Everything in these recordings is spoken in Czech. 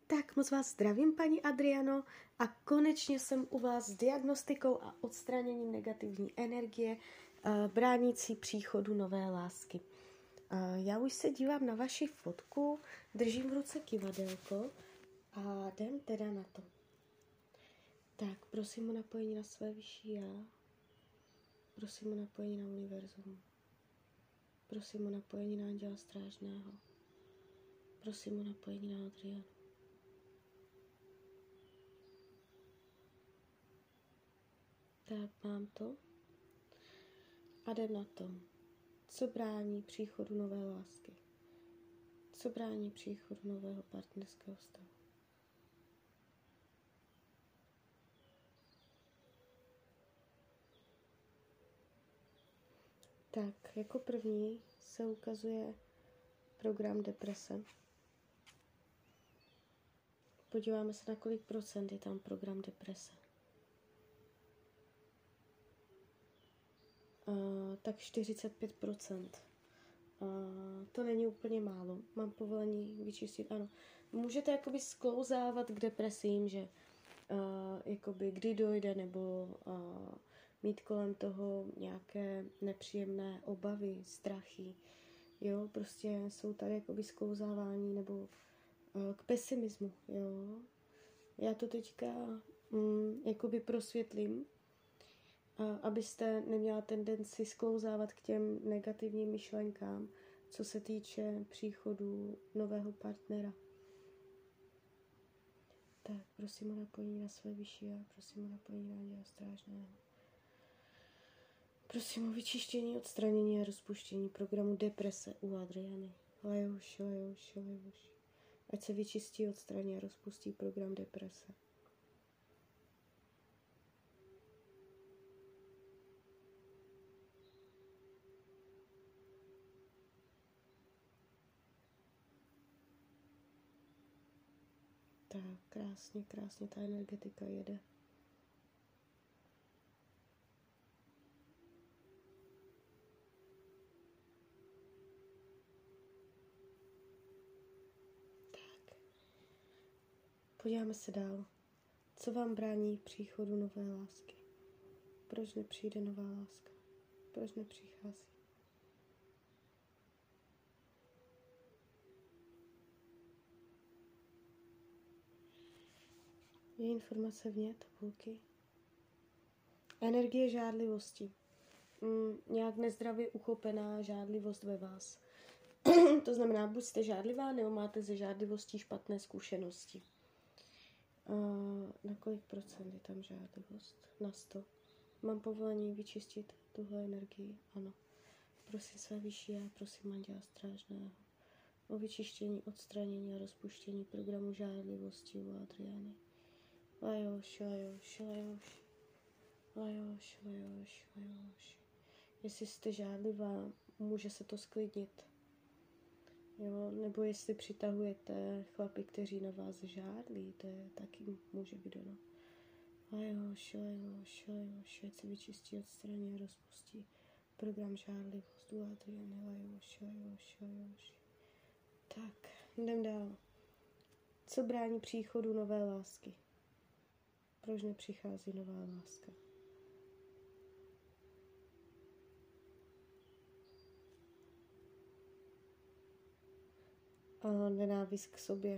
Tak moc vás zdravím, paní Adriano, a konečně jsem u vás s diagnostikou a odstraněním negativní energie, bránící příchodu nové lásky. Já už se dívám na vaši fotku, držím v ruce kivadelko a jdem teda na to. Tak, prosím o napojení na své vyšší já, prosím o napojení na univerzum, prosím o napojení na anděla strážného, prosím o napojení na Adrianu. Tak, mám to. A jdem na to. Co brání příchodu nové lásky? Co brání příchodu nového partnerského stavu? Tak, jako první se ukazuje program deprese. Podíváme se, na kolik procent je tam program deprese. Tak 45%. To není úplně málo. Mám povolení vyčistit, ano. Můžete jakoby sklouzávat k depresím, že jakoby kdy dojde, nebo mít kolem toho nějaké nepříjemné obavy, strachy. Jo, prostě jsou tady jakoby sklouzávání nebo k pesimismu, jo. Já to teďka jakoby prosvětlím, abyste neměla tendenci sklouzávat k těm negativním myšlenkám, co se týče příchodu nového partnera. Tak, prosím o napojení na své vyšší já, prosím o napojení na anděla strážného. Prosím o vyčištění, odstranění a rozpuštění programu deprese u Adriany. Lajoš. Ať se vyčistí, odstraní a rozpustí program deprese. Tak, krásně ta energetika jede. Tak. Podíváme se dál. Co vám brání příchodu nové lásky? Proč nepřijde nová láska? Proč nepřichází? Je informace vně tabulky? Energie žádlivosti. Nějak nezdravě uchopená žádlivost ve vás. To znamená, buď jste žádlivá, nebo máte ze žádlivostí špatné zkušenosti. Na kolik procent je tam žádlivost? Na 100. Mám povolení vyčistit tuhle energii? Ano. Prosím své vyšší já, prosím anděla strážného o vyčištění, odstranění a rozpuštění programu žádlivosti u Adriany. Lajoš. Jestli jste žádlivá, může se to sklidnit. Jo, nebo jestli přitahujete chlapy, kteří na vás žádlí, to je taky může být ono. Lajoš, ať se vyčistí, odstraní a rozpustí program žádlivost u Adriany. Lajoš. Tak, jdem dál. Co brání příchodu nové lásky? Proč nepřichází nová láska? Nenávist k sobě.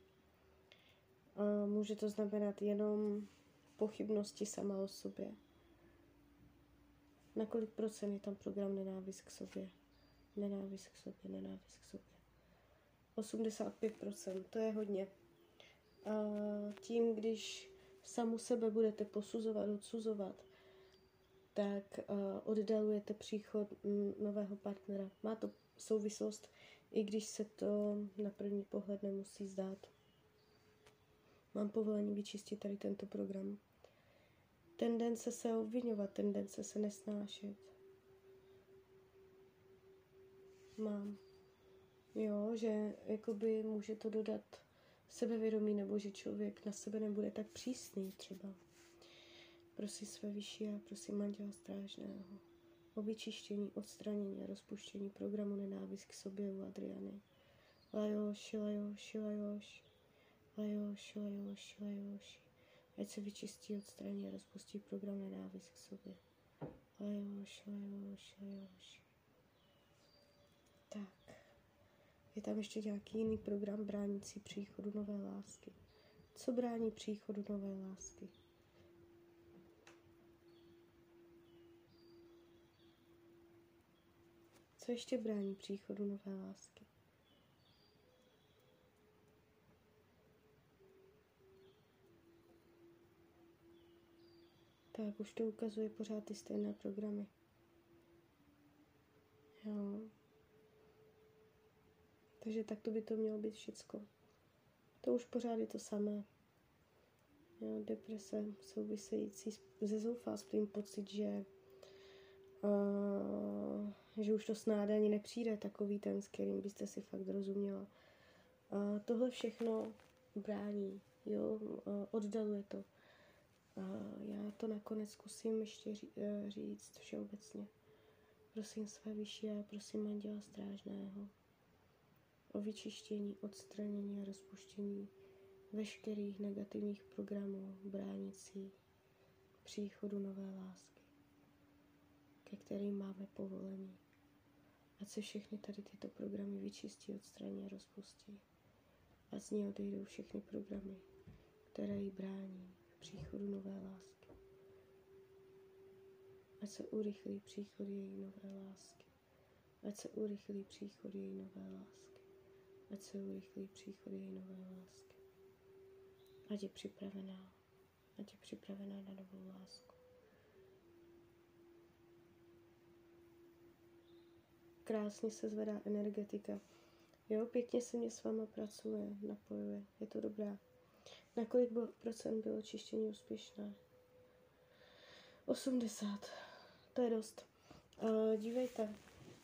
Může to znamenat jenom pochybnosti sama o sobě. Na kolik procent je tam program nenávist k sobě? Nenávist k sobě. 85%, to je hodně. Tím, když samu sebe budete posuzovat, odsuzovat, tak oddalujete příchod nového partnera. Má to souvislost, i když se to na první pohled nemusí zdát. Mám povolení vyčistit tady tento program. Tendence se obvinovat, tendence se nesnášet. Mám. Jo, že jakoby může to dodat sebevědomí, nebo že člověk na sebe nebude tak přísný třeba. Prosím své vyšší a prosím anděla strážného o vyčištění, odstranění a rozpuštění programu nenávist k sobě u Adriany. Lajoš. Lajoši, lajoši, lajoši. Ať se vyčistí, odstraní a rozpustí program nenávist k sobě. Lajoši, lajoši, lajoši. Tak. Je tam ještě nějaký jiný program bránící příchodu nové lásky. Co brání příchodu nové lásky? Co ještě brání příchodu nové lásky? Tak, už to ukazuje pořád ty stejné programy. Jo. Takže takto by to mělo být všecko. To už pořád je to samé. Jo, deprese související se zoufalstvím, pocit, že už to snáde ani nepřijde, takový ten, s kterým byste si fakt rozuměla. Tohle všechno brání, jo, oddaluje to. Já to nakonec zkusím ještě říct všeobecně. Prosím své vyšší a prosím anděla strážného o vyčištění, odstranění a rozpuštění veškerých negativních programů bránící příchodu nové lásky, ke kterým máme povolení. Ať se všechny tady tyto programy vyčistí, odstraní a rozpustí. Ať z ní odejdou všechny programy, které jí brání příchodu nové lásky. Ať se urychlí příchod její nové lásky. Ať se urychlí příchod její nové lásky. Ať se urychlí příchod její nové lásky. Ať je připravená. Ať je připravená na novou lásku. Krásně se zvedá energetika. Jo, pěkně se mě s váma pracuje, napojuje. Je to dobrá. Na kolik procent bylo čištění úspěšné? 80. To je dost. Dívejte.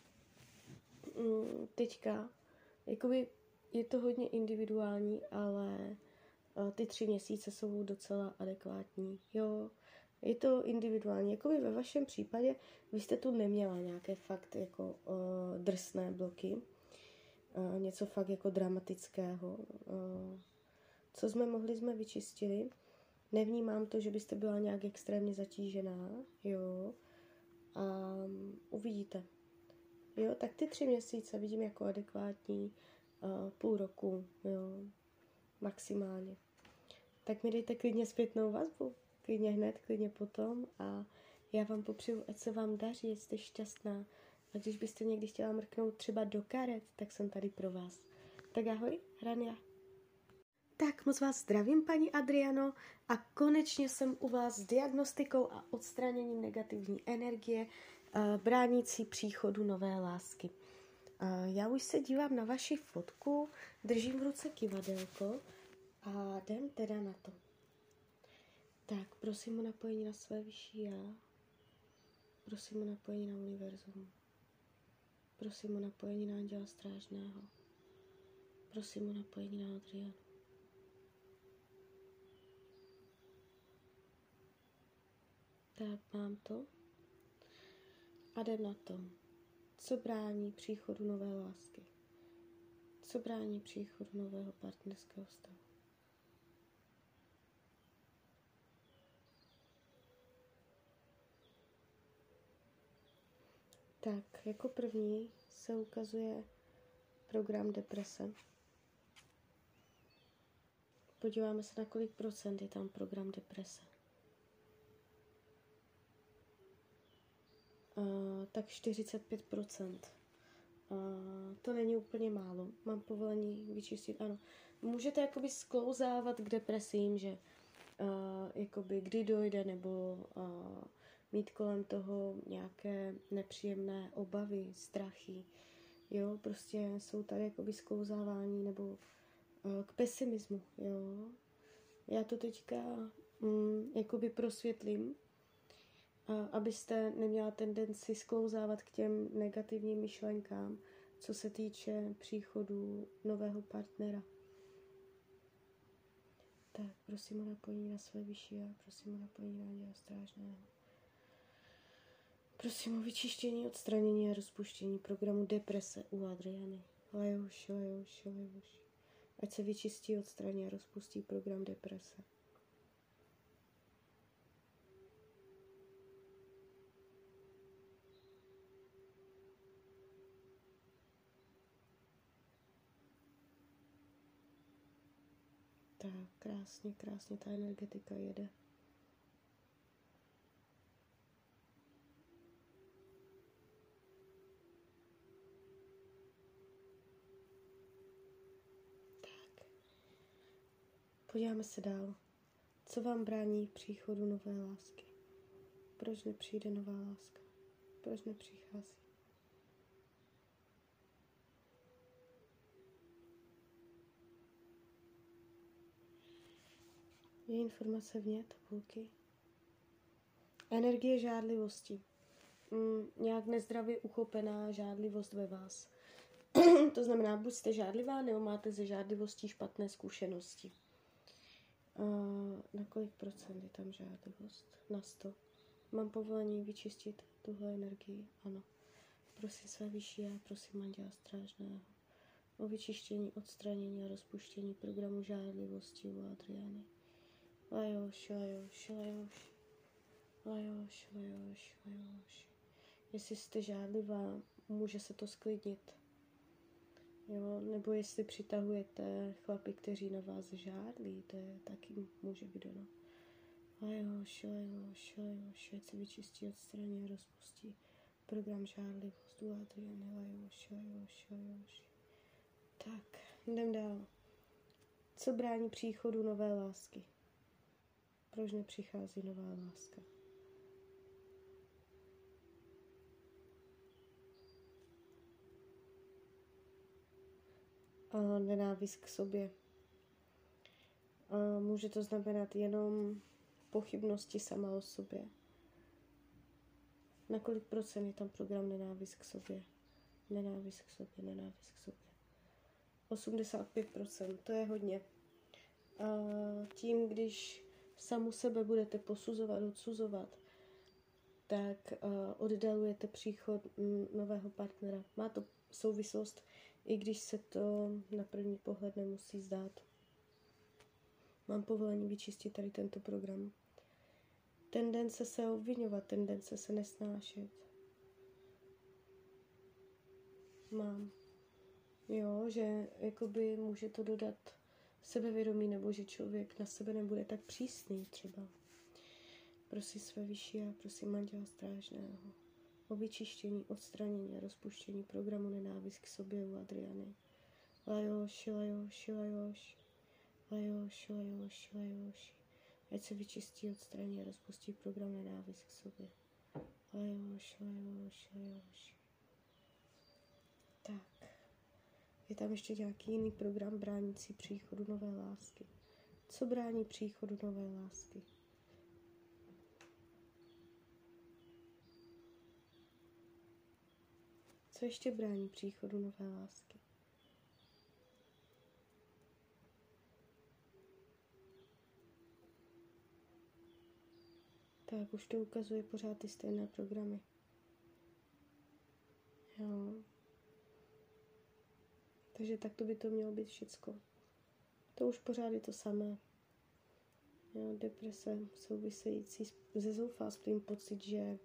Teďka, jakoby je to hodně individuální, ale ty 3 měsíce jsou docela adekvátní. Jo, je to individuální. Jakoby ve vašem případě vy jste tu neměla nějaké fakt jako drsné bloky. Něco fakt jako dramatického. Co jsme mohli, jsme vyčistili. Nevnímám to, že byste byla nějak extrémně zatížená, jo. A uvidíte. Jo, tak ty 3 měsíce vidím jako adekvátní, půl roku, jo, maximálně. Tak mi dejte klidně zpětnou vazbu, klidně hned, klidně potom a já vám popřeju, ať se vám daří, ať jste šťastná. A když byste někdy chtěla mrknout třeba do karet, tak jsem tady pro vás. Tak ahoj, Rania. Tak moc vás zdravím, paní Adriano, a konečně jsem u vás s diagnostikou a odstraněním negativní energie, bránící příchodu nové lásky. Já už se dívám na vaši fotku, držím v ruce kivadelko a jdem teda na to. Tak, prosím o napojení na své vyšší já, prosím o napojení na univerzum, prosím o napojení na anděla strážného, prosím o napojení na Adrianu. Tak, mám to. A jdem na to. Co brání příchodu nové lásky? Co brání příchodu nového partnerského vztahu? Tak, jako první se ukazuje program deprese. Podíváme se, na kolik procent je tam program deprese. Tak 45%. To není úplně málo. Mám povolení vyčistit, ano. Můžete jakoby sklouzávat k depresím, že jakoby kdy dojde, nebo mít kolem toho nějaké nepříjemné obavy, strachy. Jo, prostě jsou tady jakoby sklouzávání nebo k pesimismu, jo. Já to teďka jakoby prosvětlím, abyste neměla tendenci sklouzávat k těm negativním myšlenkám, co se týče příchodu nového partnera. Tak, prosím o napojení na své vyšší a prosím o napojení na anděla strážného. Prosím o vyčištění, odstranění a rozpuštění programu deprese u Adriany. Lajoši, lajoši, lajoši. Ať se vyčistí, odstraní a rozpustí program deprese. Tak, krásně, krásně ta energetika jede. Tak, podíváme se dál. Co vám brání příchodu nové lásky? Proč nepřijde nová láska? Proč nepřichází? Je informace vně tabulky? Energie žádlivosti. Nějak nezdravě uchopená žádlivost ve vás. To znamená, buď jste žádlivá, nebo máte ze žádlivostí špatné zkušenosti. Na kolik procent je tam žádlivost? Na 100. Mám povolení vyčistit tuhle energii? Ano. Prosím své vyšší já, prosím Anděla Strážného o vyčištění, odstranění a rozpuštění programu žádlivosti u Adriany. Lajoš, lajoš, lajoš. Lajoš, lajoš, lajoš. Jestli jste žádlivá, může se to sklidnit. Jo, nebo jestli přitahujete chlapy, kteří na vás žádlí, to je taky může být ono. Lajoš, lajoš, lajoš, ať se vyčistí, odstraní a rozpustí program žádlivost u Adriany. Lajoš, lajoš, lajoš. Tak, jdem dál. Co brání příchodu nové lásky? Proč nepřichází nová láska? A nenávist k sobě. A může to znamenat jenom pochybnosti sama o sobě. Na kolik procent je tam program nenávist k sobě? Nenávist k sobě, nenávist k sobě. 85%, to je hodně. A tím, když samu sebe budete posuzovat, odsuzovat, tak oddalujete příchod nového partnera. Má to souvislost, i když se to na první pohled nemusí zdát. Mám povolení vyčistit tady tento program. Tendence se obvinovat, tendence se nesnášet. Mám. Jo, že jakoby může to dodat sebevědomí, nebo že člověk na sebe nebude tak přísný třeba. Prosím své vyšší a prosím Anděla Strážného o vyčištění, odstranění a rozpuštění programu nenávist k sobě u Adriany. Lajoš, lajoš, lajoš. Lajoš, lajoš, lajoš. Ať se vyčistí, odstraní a rozpustí program nenávist k sobě. Lajoš, lajoš, lajoš. Tak. Je tam ještě nějaký jiný program bránící příchodu nové lásky. Co brání příchodu nové lásky? Co ještě brání příchodu nové lásky? Tak, už to ukazuje pořád ty stejné programy. Jo. Takže takto by to mělo být všecko. To už pořád je to samé. Jo, deprese související se zoufalstvím, pocit,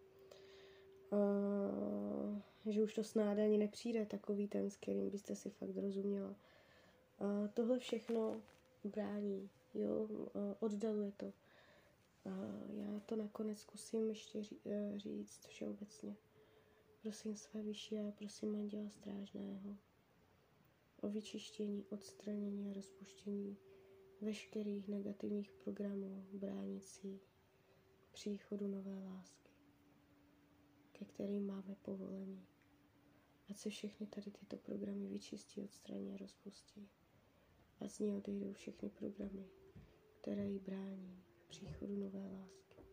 že už to snáde ani nepřijde, takový ten, s kterým byste si fakt rozuměla. Tohle všechno brání, jo, oddaluje to. Já to nakonec zkusím ještě říct všeobecně. Prosím své vyšší a prosím Anděla Strážného o vyčištění, odstranění a rozpuštění veškerých negativních programů bránící příchodu nové lásky, ke kterým máme povolení. Ať se všechny tady tyto programy vyčistí, odstraní a rozpustí. Ať z ní odejdou všechny programy, které jí brání v příchodu nové lásky.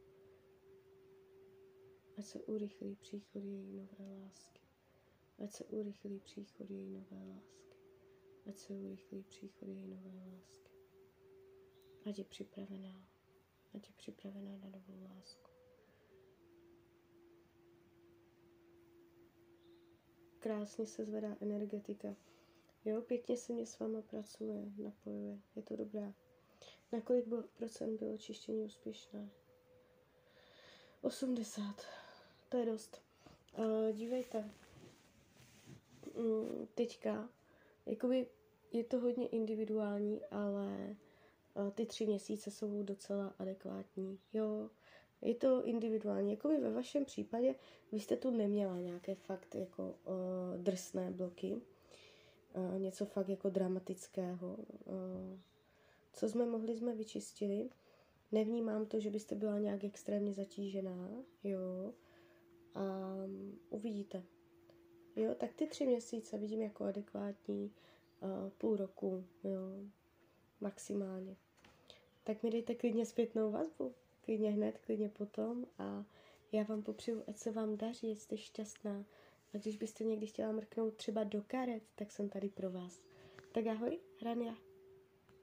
Ať se urychlí příchod její nové lásky. Ať se urychlí příchod její nové lásky. Ať se urychlí příchod její nové lásky. Ať je připravená. Ať je připravená na novou lásku. Krásně se zvedá energetika Jo, pěkně se mě s váma pracuje, napojuje, je to dobrá. Na kolik procent bylo čištění úspěšné? 80. To je dost. Dívejte. Teďka, jakoby je to hodně individuální, ale ty 3 měsíce jsou docela adekvátní. Jo, je to individuální. Jakoby ve vašem případě vy jste tu neměla nějaké fakt jako drsné bloky. Něco fakt jako dramatického. Co jsme vyčistili. Nevnímám to, že byste byla nějak extrémně zatížená, jo. A uvidíte. Jo, tak ty 3 měsíce vidím jako adekvátní, půl roku, jo, maximálně. Tak mi dejte klidně zpětnou vazbu, klidně hned, klidně potom a já vám popřeju, ať se vám daří, ať jste šťastná. A když byste někdy chtěla mrknout třeba do karet, tak jsem tady pro vás. Tak ahoj, Rania.